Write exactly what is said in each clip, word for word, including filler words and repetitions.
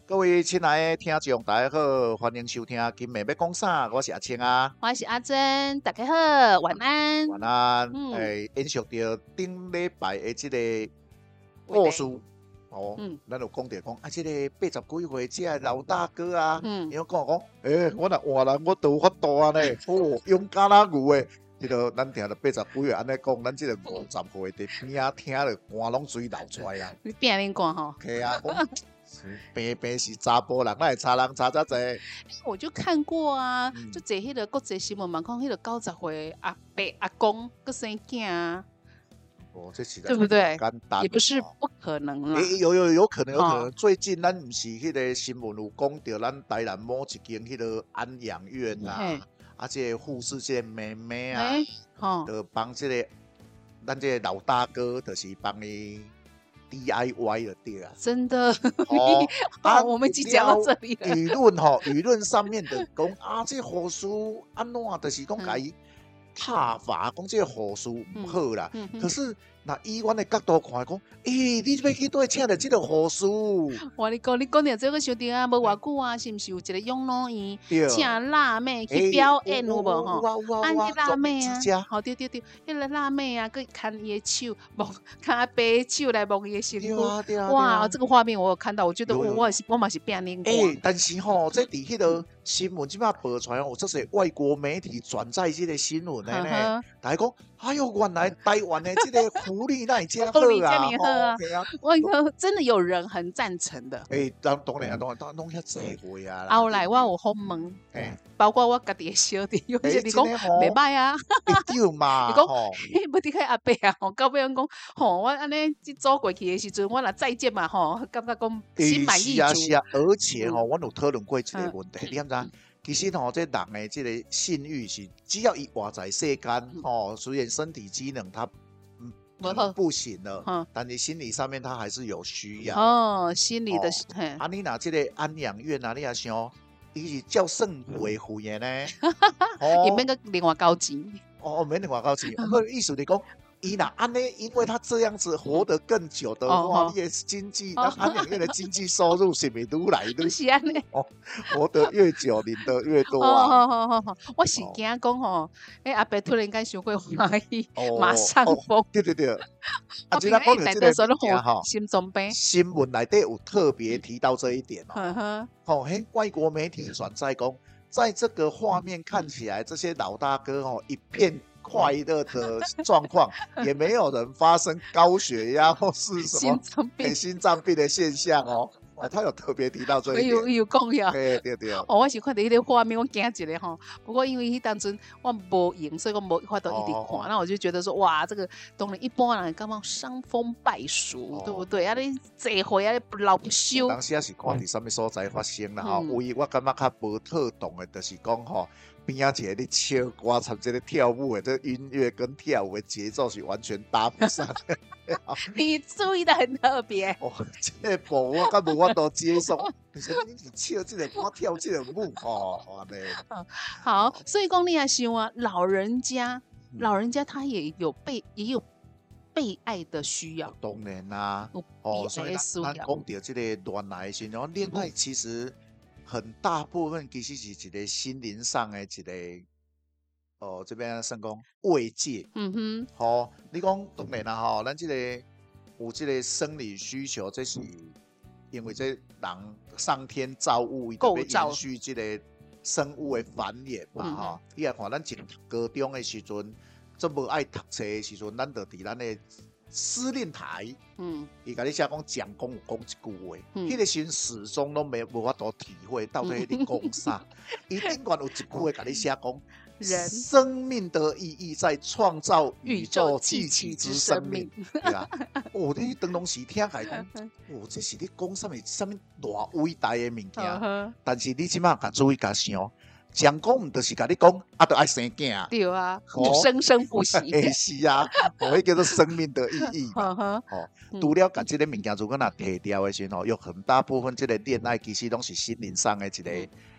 各位亲爱的听众，大家好，欢迎收听今暝要讲啥？我是阿青啊， 我是阿珍，大家好，晚安。 晚安。 嗯诶，延续着顶礼拜的这个话题故事哦， 嗯咱就讲着讲啊，这个八十几岁这个老大哥啊， 嗯伊讲讲讲，诶，我若活人，我都有法度啊呢，哦，勇敢啊牛的。这个咱听着八十几岁安尼讲，咱这个五十岁伫边仔听着汗拢水流出来啊。 你变恁讲吼， OK 啊，讲平平是查甫人，哪会查人查遮济？ 我就看过啊， 嗯就坐迄个国际新闻嘛，讲迄个九十岁阿伯阿公个生囝啊， 哦，这实在对不对简单， 也不是不可能啦。 诶、有有有可能，有可能。 哦最近咱毋是迄个新闻有讲到咱台南某一间迄个安养院啊嘿， 啊，这个护士这个妹妹啊， 哎，吼， 就帮这个咱这个老大哥，就是帮伊 D I Y 的对啊。 真的， 哦， 好，我们已经讲到这里了。 舆论吼，舆论上面的讲啊，这护士安怎，就是讲甲伊挞伐，讲这个护士毋好啦。 嗯哼可是，那医院的角度看，讲，诶、你要去对请着这个护士， 我你讲，你讲到这个小弟啊，无偌久啊，是毋是有一个养老院对请辣妹去诶表演有无有吼？ 啊有啊啊， 有啊迄辣妹做指甲啊，吼对对对，迄个辣妹啊，佮牵伊的手，摸牵阿伯的手来摸伊的身躯。 对啊对啊， 哇， 对啊这个画面我有看到，我觉得有有我我也是我嘛是变恁诶、 过。 但是吼，这伫迄个新闻即摆报出来，哦，这是外国媒体转载这个新闻的呢。 呵呵大家讲，哎哟，原来台湾的这个福利那这好福利这啊， 么好啊吼对啊。 我有真的有人很赞成的。 诶、当当然啊，当然，当然拢遐济岁啊啦。 后来我有访问， 诶， 包括我家己的小弟，有诶些你讲真的吼袂歹啊。 一定嘛， 你讲吼， 嘿，要伫个阿伯啊，吼，到尾讲，吼，我安尼即走过去的时阵，我若再见嘛，吼，感觉讲心满意足。 是啊是啊，而且吼， 嗯阮有讨论过一个嗯问题，你知影？其实吼，这人的这个性欲是，只要伊活在世间，吼，虽然身体机能他嗯不好可能不行了， 嗯但你心理上面他还是有需要。 哦，心里的哦嘿， 啊，你若这个安养院啊，你也想，伊是叫圣维护的呢， 也免个另外交钱。 哦，没另外高级，那意思你讲，伊若安尼，因为他这样子活得更久的哦话， 哦你的经济， 哦那安养院的经济收入是咪愈来愈是安尼。 活得越久，领得越多哦啊？ 好好好好，我是惊讲吼，诶阿伯突然间想过欢喜， 哦马上哦疯。 对对对，啊， 我今天讲平的这个内底说拢物件吼有，心脏病。 新闻内底有特别提到这一点哦。 呵呵， 哦，嘿，外国媒体转载讲，在这个画面看起来，这些老大哥哦一片快乐的状况，也没有人发生高血压或是什心么脏病欸。心脏病的现象哦。哦，他有特别提到这一点。 有有讲呀。 对对对， 哦，我是看到迄个画面，我惊一个吼。不过因为迄当阵我无闲，所以我无法度一直哦哦看。那我就觉得说，哇，这个当然一般人感觉伤风败俗， 哦对不对？啊，你坐回啊，你不老不休。 当时也是看伫什么所在发生啦吼。 嗯唯一我感觉较无特动的，就是讲吼。边仔一个咧唱歌，参这个跳舞的，这个音乐跟跳舞的节奏是完全搭不上的。 你注意的很特别。 哦，这个步我敢无法度接受。你说你是唱这个歌，跳这个舞，哦，安尼。 好，所以讲你也想啊，老人家， 嗯老人家他也有被也有被爱的需要， 当然啦、 有哦， 被所以爱的需咱咱讲要。 到这个恋爱的时候，恋爱其实很大部分其实是一个心灵上的一个，哦，这边算讲慰藉。 嗯哼， 吼、你讲当然啦吼，咱这个有这个生理需求，这是因为这人上天造物，伊特别构造延续这个生物的繁衍嘛嗯吼、你也看咱进高中的时阵，这无爱读册的时阵，咱就伫咱的司令台。 嗯， 伊甲你写讲讲讲有讲一句话，迄、 嗯个时阵始终拢没无法度体会到底你讲啥。伊顶管有一句话甲你写讲， 人生命的意义在创造宇宇宙宙继起继起之之生生命命。 对啊，哦，你当拢时听起讲，哦，这是你讲什么什么大伟大的物嗯件， 哼， 但是你即马甲注意甲想，讲讲毋就是甲你讲，啊，都爱生囝。 对啊， 哦生生不息。 诶，是啊，哦，迄叫做生命的意义嘛。 嗯哼， 哦， 嗯除了把这个物件如果若摕掉的时候，有很大部分这个恋爱其实拢是心灵上的一个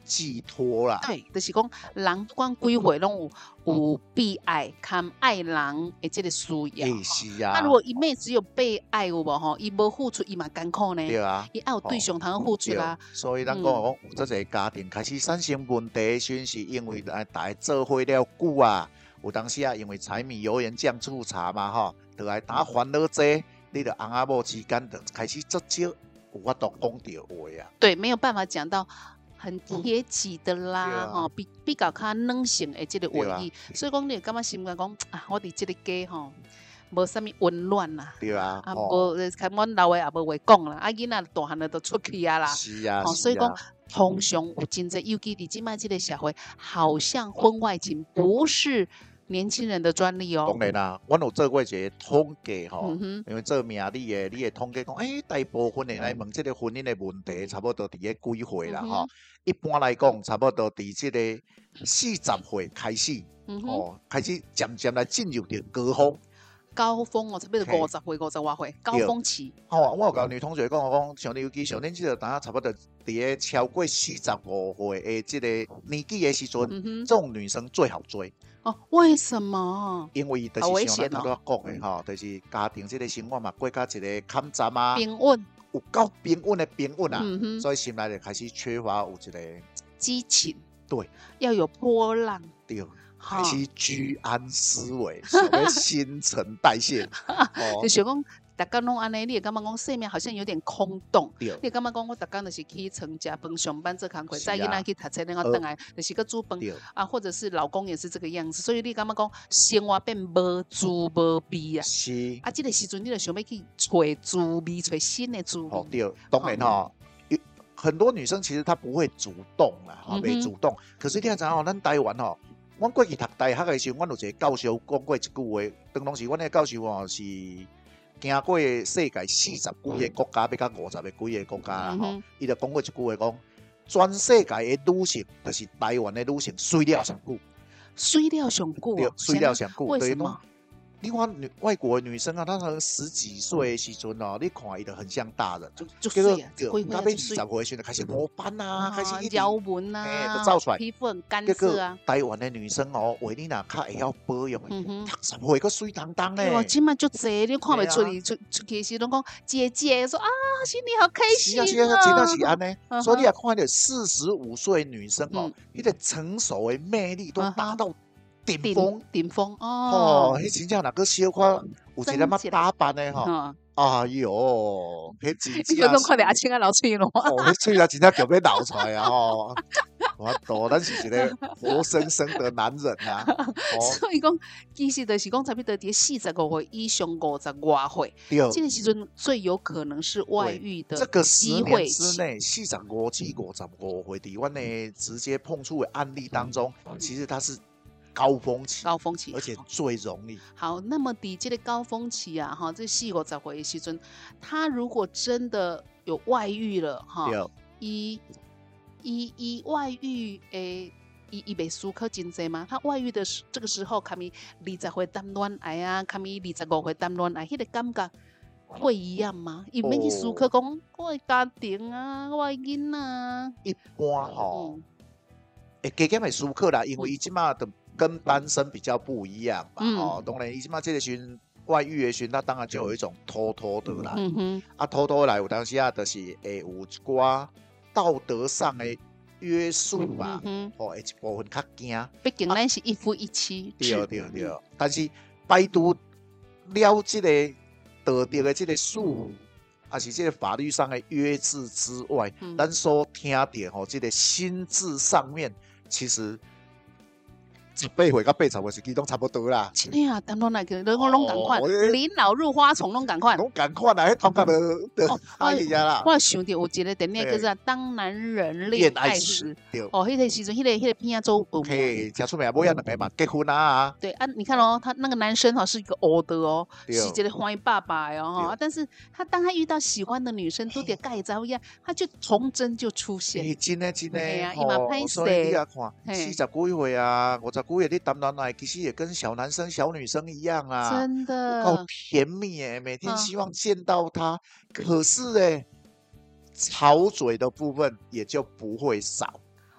寄托啦。 对，就是讲人不管几岁拢有有被爱、看爱人的这个需要。 哎，是啊。 那如果一昧只有被爱有无吼，伊无付出，伊嘛艰苦呢。 对啊， 伊爱有对象通付出啦。 所以咱讲讲，有这个家庭开始产生问题，先是因为大家做伙了久啊，有当时啊，因为柴米油盐酱醋茶嘛吼，就来打烦恼济，你着翁仔某之间就开始足少有法度讲到话啊。 对，没有办法讲到很贴切的啦，吼、 啊， 比比较较软性的这个话语，啊、所以讲你感觉心肝讲啊，我伫这个家吼，无啥物温暖啦， 对啊， 啊，无看阮老的也无话讲啦，啊，囡仔大汉了都出去啊啦， 是啊， 哦，所以讲通常有真侪，尤其伫即摆这个社会，好像婚外情不是年轻人的专利哦。 当然啦，阮有做过一个统计吼， 嗯、 因为做命理的，你的统计讲，诶、欸，大部分的来问这个婚姻的问题，差不多伫个几岁啦吼、嗯。一般来讲，差不多伫这个四十岁开始，嗯、哦，开始渐渐来进入到高峰。 高峰哦，差不多五十岁、五十外岁，高峰期。 哦，我有甲女同学讲，我讲像你尤其像恁即个当差不多伫个超过四十五岁的这个年纪的时阵，嗯、这种女生最好追。 哦，为什么？ 因为就是像咱拄讲的吼，就是家庭这个生活嘛，过到一个坎站啊， 平稳， 有够平稳的平稳啊， 嗯、 所以心内就开始缺乏有一个激情， 对， 要有波浪， 对。开始居安思危，所谓新陈代谢。 哦、就想讲，大家拢安尼，你会感觉讲生命好像有点空洞。你会感觉讲，我逐工就是起床、食饭、上班做工课，再囡仔去读册，然后回来就是个煮饭啊，或者是老公也是这个样子，所以你感觉讲生活变无滋无味啊。 是啊，这个时阵你就想要去找滋味，找新的滋味。 哦，对，当然哈、哦，很多女生其实她不会主动啦，哈、嗯，没主动。可是你看，咱咱台湾吼。阮过去读大学的时候，阮有一个教授讲过一句话，当当时阮个教授吼是行过世界四十几个国家，要到五十个几个国家啦吼，伊、嗯、就讲过一句话，讲全世界的女性，就是台湾的女性，水了上久， 水了上久， 对，水了上久， 为什么？ 你看女外国的女生啊，她可能十几岁的时阵哦，你看伊就很像大人， 就就水啊， 就到尾二十岁时阵开始磨斑啊，开始条纹啊， 哎，就照出来， 皮肤很干涩啊。 台湾的女生哦，为你若较会晓保养，六十岁个水当当嘞。 哇，今麦就济，你看袂出去出出去时拢讲姐姐说啊，心里好开心啊。 是啊，是啊，真的是安尼。所以你也看到四十五岁女生哦，伊个成熟的魅力都达到。顶峰， 顶峰哦！哦，迄真正哪个小可有一点仔打扮的吼，哎哟，迄真正， 你都看到阿青啊流嘴咯， 哦，迄嘴啊真正叫要流出来啊吼！我多，咱是一个活生生的男人啊！ 哦、所以讲，其实就是讲，差不多伫四十五岁以上五十外岁，这个时阵最有可能是外遇的这个十年之内，四十五至五十五岁，伫阮的直接碰触的案例当中，其实它是。高峰期， 高峰期， 而且最容易。 好，那么底这个高峰期啊，哈，这四五十岁的时阵，他如果真的有外遇了，哈，以以以外遇诶，以以被输克真济吗？他外遇的这个时候，卡咪二十岁谈恋爱啊，卡咪二十五岁谈恋爱，迄、那个感觉会一样吗？伊免去输克讲我的家庭啊，我的囡仔啊， 一般吼，诶、嗯，加减会输克啦，因为伊即马的。跟单身比较不一样嘛，嗯、哦，当然，伊即马这个群外遇的群，那当然就有一种偷偷的来，嗯哼，啊，偷偷来有当时啊，就是会有一寡道德上的约束嘛，嗯、哦，一部分较惊。 毕竟咱是一夫一妻制， 对对对，嗯、但是摆除了这个道德的这个束缚，还是这个法律上的约制之外，咱、嗯、所听到吼，这个心智上面其实。十八岁到八十岁是其中差不多啦。 真的啊，谈恋爱个，拢拢共款，临老入花丛拢共款。 拢共款啦，迄头壳都都哎呀啦。 我想到有一个电影叫做《当男人恋爱时》，哦，迄个时阵，迄个迄个片做有。 嘿，真出名，某样两个嘛，结婚啊。 对啊，你看哦，他那个男生哈是一个欧的哦，是一个欢迎爸爸哦，但是他当他遇到喜欢的女生，都得盖章一样，他就童真就出现。 真的真的， 哎呀，伊嘛歹所以你也看，四十几岁啊，五十。古野的谈恋爱其实也跟小男生、小女生一样啊， 真的够甜蜜哎，每天希望见到他。嗯、可是哎，吵嘴的部分也就不会少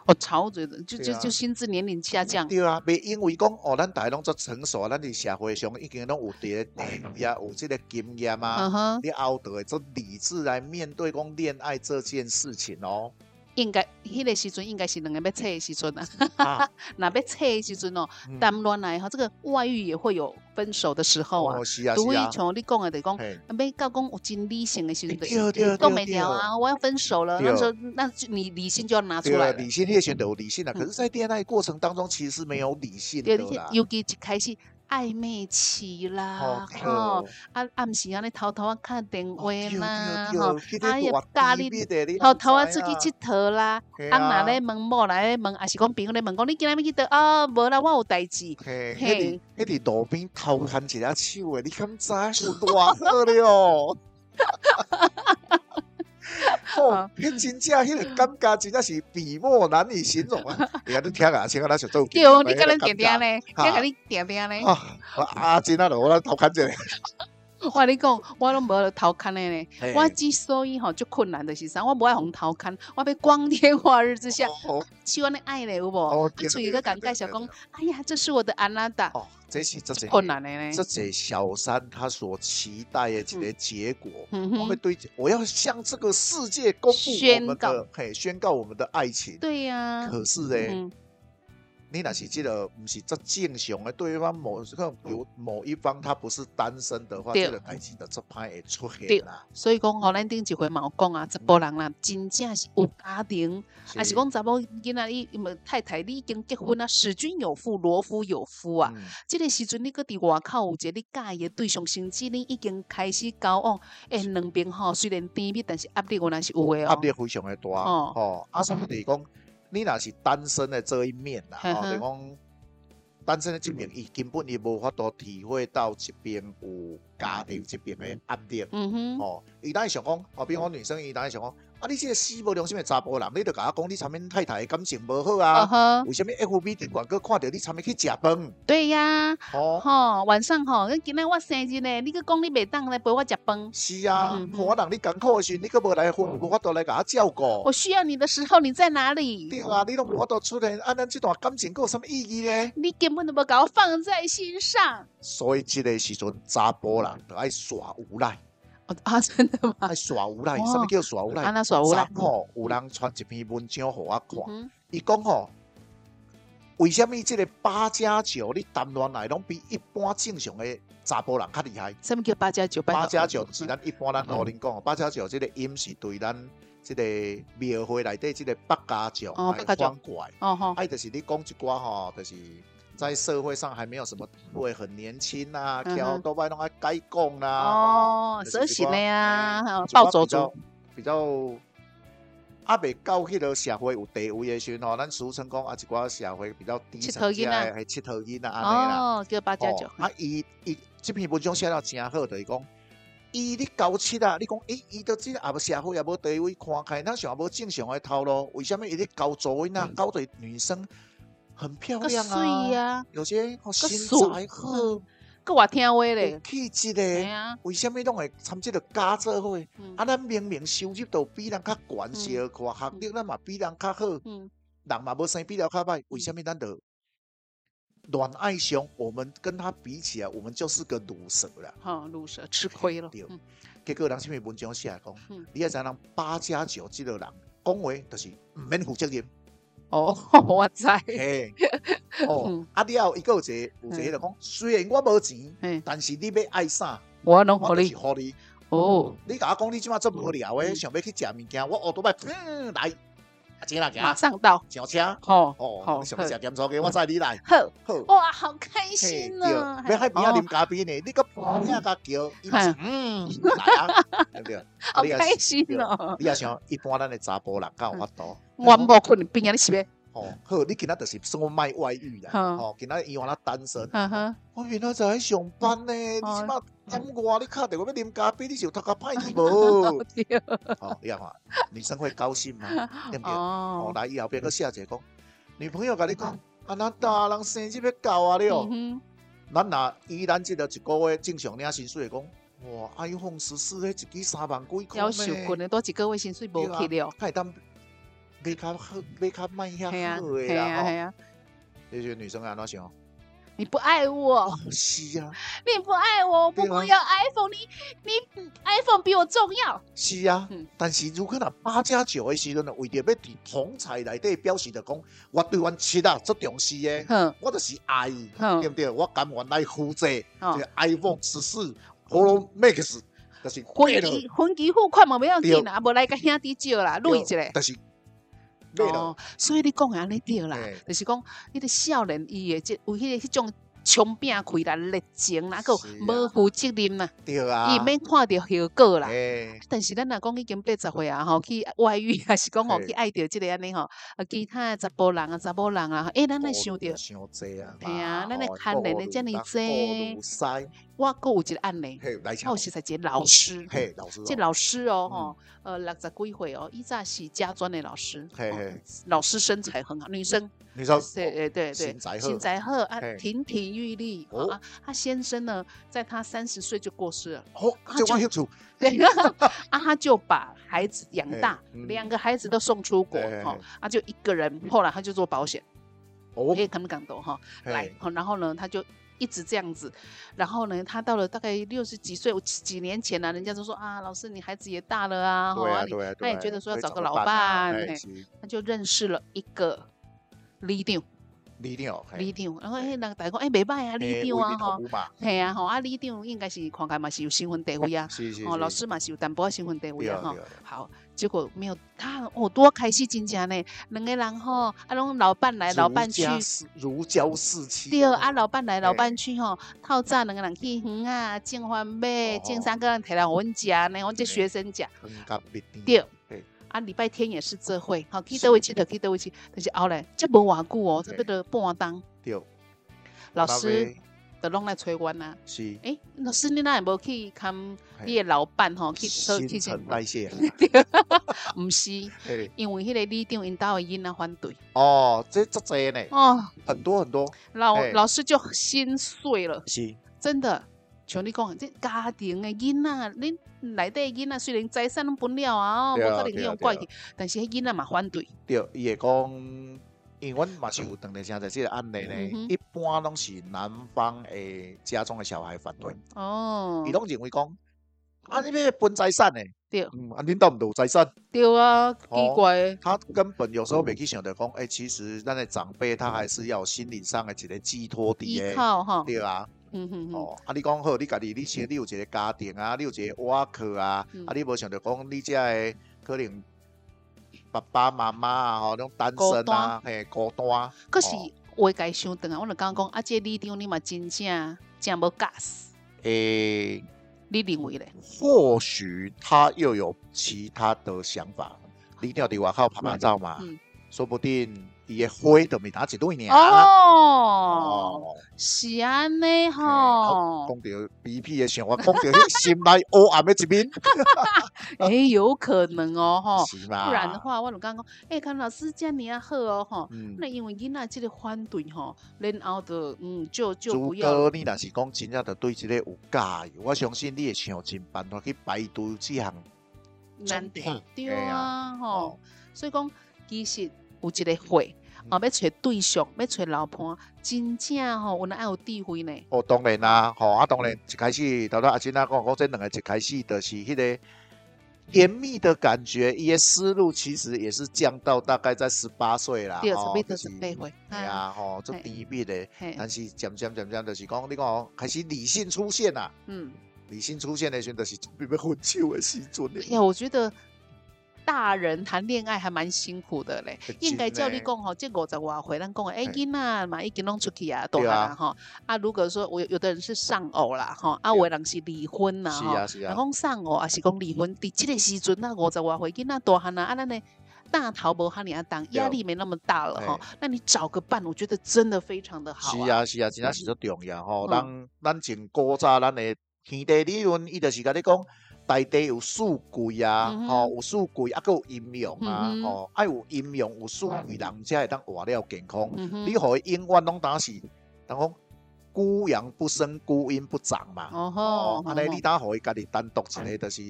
哦，潮嘴的，就就对啊就心智年龄下降。 对啊，袂因为讲哦，咱大家拢足成熟，咱伫社会上已经拢有伫个地位啊，有这个经验嗯啊， 哼， 你后头会做理智来面对讲恋爱这件事情哦。 应该迄个时阵应该是两个要切的时阵啊。 啊， 那要切的时阵哦， 嗯谈恋爱哈，这个外遇也会有分手的时候啊。 哦，是啊除非是啊， 像你讲的，就是讲嘿要到讲有真理性的时阵， 对对对讲没掉啊，我要分手了， 对那时候那就你理性就要拿出对啊， 来了。 理性那些都有理性的， 嗯可是，在恋爱过程当中，其实是没有理性对， 的啦。 尤其一开始暧昧期啦，吼、 哦， 啊暗时安尼偷偷啊看电话啦， 对吼、 对对， 啊也迄个咖喱大甜蜜的，你偷偷啊不知啊出去佚佗啦， 嘿翁啊若咧问某来咧问，还是讲朋友咧问讲你今仔要去倒啊？无啦，我有代志。 嘿，迄嘿伫迄伫路边偷牵一下手的，你敢知有多好了？哦，迄真正迄个感觉真正是笔墨难以形容啊！你看你听啊，像咱想做对，你甲咱定定咧，你甲你定定咧。 啊，啊，真啊，我偷看者。 我跟你讲，我拢无偷看的呢。我之所以吼就困难的是啥？我无爱互偷看，我要光天化日之下，喜欢你爱咧有无？ 哦， 啊，出去个敢介绍讲，哎呀，这是我的安娜达。 哦，这是这困难的呢。 这这小三他所期待的一个结果， 嗯我们对，我要向这个世界公布我们的，嘿，宣告我们的爱情。 对呀。 可是呢？你若是这个不是这正常的，对方某可能有某一方他不是单身的话，这个代志就这歹会出现啦。 所以讲，吼，咱顶一回嘛有讲啊，查甫人啦，真正是有家庭，还是讲查某囡仔你太太你已经结婚啊，使君有妇，罗夫有夫啊。嗯、这个时阵你搁伫外口有一个你介意的对象，甚至你已经开始交往，诶、欸，两边吼虽然甜蜜，但是压力原来是有的哦。 压力非常的大哦。哦，啊，什么就是讲？你若是单身的这一面啦，吼、哦，就讲单身的这边，伊根本伊无法度体会到这边有家庭这边的压力。嗯哼，哦，伊当然想讲，哦，比如讲女生，伊当然想讲，啊，你这个死无良心的查甫人，你就甲我讲，你参恁太太的感情无好啊？ Uh-huh. 为什么 F B 顶广告看到你参恁去食饭？ 对呀、啊，哦，吼，晚上吼，今仔我生日呢，你搁讲你袂当来陪我食饭？ 是啊，嗯、我人你艰苦的时，你搁无来，无法度来甲我照顾。 我需要你的时候，你在哪里？ 对啊，你都无法度出现，啊，咱这段感情搁有什么意义呢？ 你根本都无甲我放在心上。 所以这个时阵，查甫人就爱耍无赖。 哦、啊，真的吗？ 爱耍无赖，什么叫耍无赖？ 啊，那耍无赖。 吼，有人传一篇文章给我看，伊讲吼，为什么这个八加九你谈恋爱拢比一般正常的查甫人较厉害？ 什么叫八加九？ 八加九是咱一般咱互恁讲，八加九这个音是对咱这个描绘内底这个八加九来反过来。哦吼，哎，就是你讲一寡吼，就是。在社会上还没有什么地位，很年轻啊，挑多半拢爱改讲啦。 哦，蛇形的呀，暴走族比较还未到迄个社会有地位的时候，咱俗称讲啊，一寡社会比较低层次的，系佚佗囡仔安尼啦。 哦，叫八加九。 啊，伊伊这篇文章写到真好，就是讲，伊你九七啊，你讲，诶，伊都即也无社会也无地位，看起咱想无正常的头路，为什么伊咧搞做囡仔，搞对女生？很漂亮啊，啊有些哦身材好， 个我听话咧， 有气质咧，啊、为什么拢会参这个家做伙？嗯、啊，咱明明收入都比人较悬，小看学历咱嘛比人较好，嗯、人嘛无生比了较歹，为什么咱就恋爱上，我们跟他比起来，我们就是个卤蛇啦。 哈，卤蛇吃亏了。 对，嗯、结果人什么文章写来讲，嗯、你要知人八加九这个人讲话就是唔免负责任。 哦，我知。 嘿，哦，啊了，伊个有一个有一个就讲，虽然我无钱，但是你要爱啥， 我拢互你， 互你。 哦， 你甲我讲你即马这么无聊诶，想要去食物件，我学倒摆，嗯，来，啊，行啦， 马上到， 上车。 哦哦，你想要食咸酥鸡，我载你来。 好，好，哇，好开心啊！ 要喺边仔啉咖啡呢？你个旁边甲叫，嗯，来啊，对不对？ 好开心哦！ 你也想，一般咱的查甫人敢有法度？ 我无可能边仔你是咩？ 哦，好，你今仔就是算卖外遇啦。哦，今仔伊原来单身。我原来在上班呢，你即马点我，你敲电话要啉咖啡，你是有读甲歹去无？哦，你看，女生会高兴吗？对不对？哦，来以后边个写者讲，女朋友甲你讲，啊，那大人生日要到啊了。咱若依咱即个一个月正常领薪水讲，哇 ，iPhone 十四咧一支三万几块呢？ 要受困的多一个月薪水无去了， 太当。 要较好，要较卖遐嘿啊， 好嘿的啦吼。 啊嘿啊， 那些女生安怎想？ 你不爱我， 哦，是啊， 你不爱我，我不对啊要 iPhone，你你 iPhone 比我重要。 是啊。 嗯但是如果若八加九的时阵，为着要伫同才内底表示着讲，我对阮妻啊足重视的， 哼我就是爱， 哼对不对？我甘愿来负责哦这个 iPhone 十四 Pro Max，就是分买了， 期分期付款嘛，不要紧对啦，无来甲兄弟借啦，累一下。 但是买了哦，，所以你讲的安尼对啦嘿， 就是讲，迄个少年伊的即有迄个迄种冲拼开啦、热情啦，还有是啊无负责任啦， 对啊， 伊免看到后果啦。 嘿， 但是咱若讲已經八十歲啊，吼去外遇，還是講吼嘿去愛着即個安尼吼，啊其他的查甫人啊、查某人啊，誒，咱來想着， 伤濟啊， 嘿啊咱的哦牽連的這麼顧慮多西， 我閣有一個案例， 嘿，來我請有實在一個老師， 嘿，老師哦， 這老師哦， 嗯吼，呃，六十幾歲哦，以前是家專的老師，哦嘿嘿， 老師身材很好，女生。 你說对对对对， 身材好身材好啊嘿， 亭亭玉立哦啊。他先生呢，在他三十岁就過世了。 哦，這我興趣， 对，啊，他就把孩子养大， 嘿嗯两个孩子都送出国嘿嘿哈，啊，就一个人，后来他就做保险， 哦可，以看不感动哈， 嘿来，好然后呢，他就一直这样子，然后呢，他到了大概六十几岁，几几年前呢、人家就說啊，老師你孩子也大了啊， 對啊吼你對啊， 他也對啊覺得說要找個所以找老伴， 嘿嘿是他就認識了一個里長， 李長，嘿里長，然後迄人大家講，哎，袂歹啊，里長啊，吼， 嘛， 係啊，吼，啊，里長應該是看起來嘛是有身份地位啊。 是是， 哦，老師嘛是有淡薄仔身份地位啊，哈對啊對啊， 好，結果沒有他，哦，多開心真正呢，兩個人吼，啊，攏老伴來老伴去， 如膠似漆， 對，啊，老伴來老伴去吼，透早兩個人去園啊，種番麥，種三個人摕來阮食呢，阮這學生食， 很甲蜜甜， 對嘿， 啊，禮拜天也是這會，好，去倒位佚佗，去倒位佚，但是後來這無偌久哦，這不得半當， 對， 老師就攏來催阮啊， 是誒，老師你哪會無去看你的老伴吼，去去新陳代謝， 毋是， 嘿， 因為迄個里長因兜的囡仔反對哦，這這濟呢， 哦， 很多很多， 老嘿老師就心碎了， 是， 真的。像你講，這家庭的囡仔，恁內底的囡仔雖然財產攏分了啊，哦，無對啊可能去對啊用怪去，但是迄囡仔嘛反對。 對，伊會講，因為阮嘛是有當年像在這個案例嗯哼呢，一般攏是男方誒家中的小孩反對， 哦伊，攏認為講，啊，你要分財產呢？ 對嗯，啊，恁兜毋有財產？ 對啊，奇哦怪的， 他根本有時候沒去想到講，哎、其實咱的長輩他還是要有心理上的一個寄托依的， 靠哈， 對啊， 嗯哼哼， 哦，啊，你講好，你家己你先你有一個家庭啊，你有一個瓦殼啊， 嗯啊，你無想到講你這個可能爸爸媽媽啊，吼，那種單身啊，嘿，孤單， 可是哦話該想轉啊，我就剛講，啊，這里長你嘛真正真無 gas， 誒、 你認為咧？ 或許他又有其他的想法，你一定要伫外口拍拍照嘛， 嗯說不定伊的花都未打一對呢。 哦，是安尼吼， 講到 B P 的想法，講到迄心內黑暗的一面， 哎，有可能哦，吼， 是嘛？ 不然的，話，我就剛講，哎，看老師這樣啊好哦，吼， 嗯， 那因為囡仔這個反對吼，然後的，嗯，就就如不要果你若是講真正的對這個有介意，我相信你會想盡辦法去排除這項難題嗯， 對嘿啊啊，吼哦， 所以講其實有一個會，哦，要找對象，要找老婆，真正吼，有人愛有智慧呢， 哦，當然啦，吼啊，當然一開始，頭頭阿珍仔講講這兩個一開始就是迄個甜蜜的感覺，伊的思路其實也是降到大概在十八歲啦， 對， 吼十八到就是十八歲， 係啊，吼，做甜蜜的， 嘿， 但是漸漸漸漸就是講，你講開始理性出現啦。 嗯。 理性出現的時候，就是準備要分手的時陣哎呀，我覺得大人談戀愛還蠻辛苦的嘞。應該照你講吼，這五十外歲，咱講誒，囡仔嘛已經攏出去啊，大漢啦吼。啊，如果說我有的人是喪偶啦，吼，啊，有的人是離婚啦，吼。 是啊是啊。 講喪偶還是講離婚，佇這個時陣啊，五十外歲囡仔大漢啦，啊，咱呢大頭無哈尼啊當，壓力沒那麼大了哈。那你找個伴，我覺得真的非常的好。 是啊是啊，真正是足重要吼。 嗯咱咱前古早咱的天地理論，伊就是甲你講，大地有四季啊， 嗯哼吼、有四季，啊，佮有陰陽啊， 嗯哼吼、愛有陰陽有四季，人才會當活了健康。 嗯哼你互伊永遠攏當是，當講孤陽不生，孤陰不長嘛。 哦哦， 吼， 安尼你當互伊家己單獨一個，就是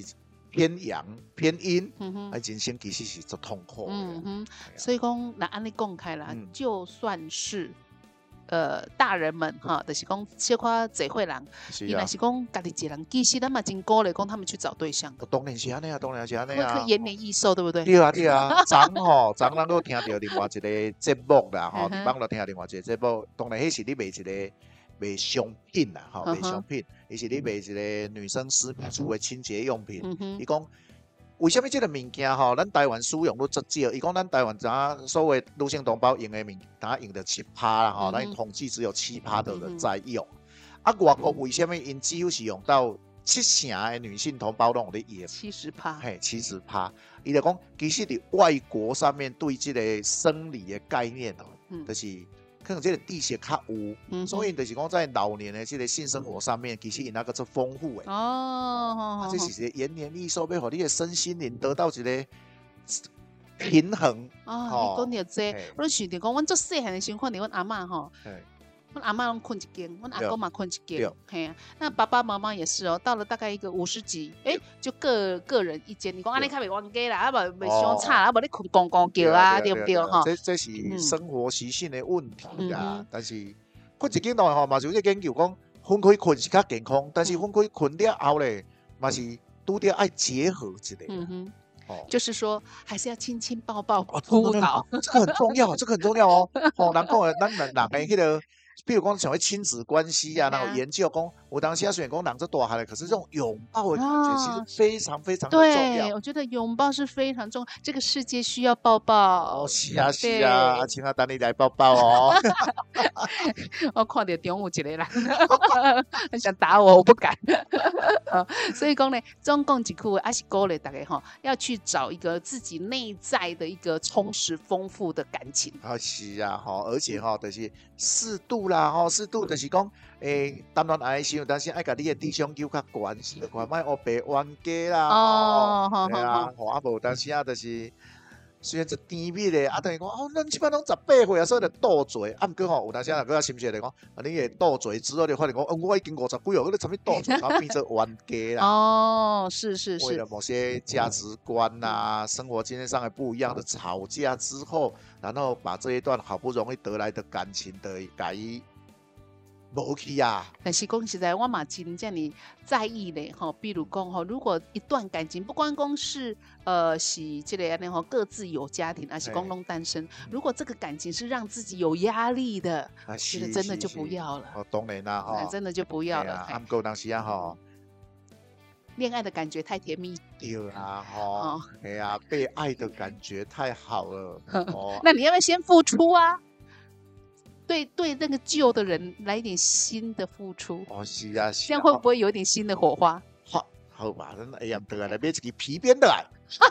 偏阳偏阴， 嗯哼， 啊，人生其实是足痛苦的。 嗯哼， 对啊所以讲，那安尼讲开啦， 嗯就算是呃大人们哈，就是讲小可侪岁人， 是啊， 伊若是讲家己一个人，其实咱嘛真鼓励讲他们去找对象， 哦当然是安尼啊，当然是安尼会可啊以。延年益寿，对不对？ 对啊对啊，昨吼，昨咱搁听到另外一个节目啦，吼， 嗯哼网络听到另外一个节目，当然迄是你卖一个卖商品啦，吼， 嗯哼卖商品，伊是你卖一个女生私密处的清洁用品。 嗯哼伊，讲为什么这个物件吼，咱台湾使用率足少？伊讲咱台湾咱所谓女性同胞用的物，咱用的七趴啦，吼， 嗯哼咱统计只有七趴的嗯哼人在用。啊，外国为什么因几乎是用到七成的女性同胞拢有咧用？ 七十趴， 嘿，七十趴，伊就讲，其实伫外国上面对这个生理的概念哦， 嗯就是可能这个地势较有， 嗯哼所以就是讲在老年的这个性生活上面，其实因那个是丰富的。 哦， 啊，这是一个延年益寿，要互你的身心灵得到一个平衡。 哦，你讲到这嘿， 我就想着讲，阮做细汉的时候，看到阮阿嬷吼， 嘿阮阿嬷拢困一间，阮阿对公嘛困一间对， 嘿啊，那爸爸妈妈也是哦，到了大概一个五十几，哎，就各个人一间。你讲安尼较袂冤家啦，啊无袂伤吵，啊无你困公公叫啊，对不对吼？ 这这是嗯生活习性的问题啦嗯哼。 但是困一间当然吼，嘛是有一个研究讲，分开困是较健康，但是分开困了后咧，嘛是拄着爱结合一下。 嗯哼， 哦， 就是说还是要亲亲抱抱哦扑倒。 这个很重要，这个很重要哦。哦，人讲的，咱人人的迄个，比如讲像谓亲子关系啊， 对啊然后研究讲，有当时啊虽然讲人这大汉了，可是这种拥抱的感觉其啊实非常非常的重对， 要。 我觉得拥抱是非常重要，这个世界需要抱抱。 哦，是啊是对啊，阿青啊，等你来抱抱哦。 我看到中午一个人很想打我，我不敢。呃所以讲呢，总共一句话，还是鼓励大家哈，要去找一个自己内在的一个充实丰富的感情。 啊是啊，吼，而且吼，就是适度啦，吼，适度就是讲，诶，谈恋爱的时候，但是爱甲你的智商求较悬，是看卖黑白冤家啦， 哦好好对啊，吼，啊无，但是啊，就是虽然这甜蜜的，啊，等于讲，哦，咱即摆拢十八岁啊，所以就斗嘴，啊，毋过吼，有当时啊，个心事就讲，啊，你的斗嘴之后，就发现讲，哦，我已经五十几岁，我咧怎么斗嘴，然后变成冤家啦。 哦，是是是为了，某些价值观呐、生活经验上的不一样的吵架之后，然后把这一段好不容易得来的感情的改无去啊， 但是讲实在，我嘛真正你在意嘞哈。比如讲哈，如果一段感情不光光是呃是这个样的哈，各自有家庭，还是公拢单身，如果这个感情是让自己有压力的， 啊觉得是是真的就是不要了， 哦，当然啦，吼， 哎真的就不要了。 嘿啊， 嘿啊，毋过当时啊，吼， 恋爱的感觉太甜蜜， 对啊，吼哦， 哎呀，被爱的感觉太好了，哦， 那你要不要先付出啊？对对，那个旧的人来一点新的付出， 哦是啊，是啊这样会不会有一点新的火花？ 好，好吧，咱哎呀，得来买一支皮鞭的来，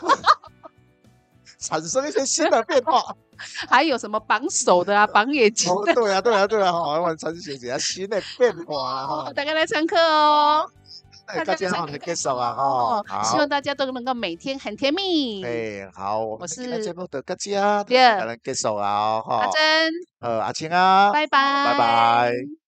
产生一些新的变化。 还有什么绑手的啊，绑眼睛哦， 的， 对啊，对啊，对啊，吼，我产生一下新的变化哦哈。 大家来上课哦。 哎，大家好，很结束啊，吼， 哦，希好望，大家都能够每天很甜蜜。 哎，好，我我们今天是节目就到这， 对可能结束啊，吼阿，珍， 呃，阿青啊， 拜拜， 拜拜。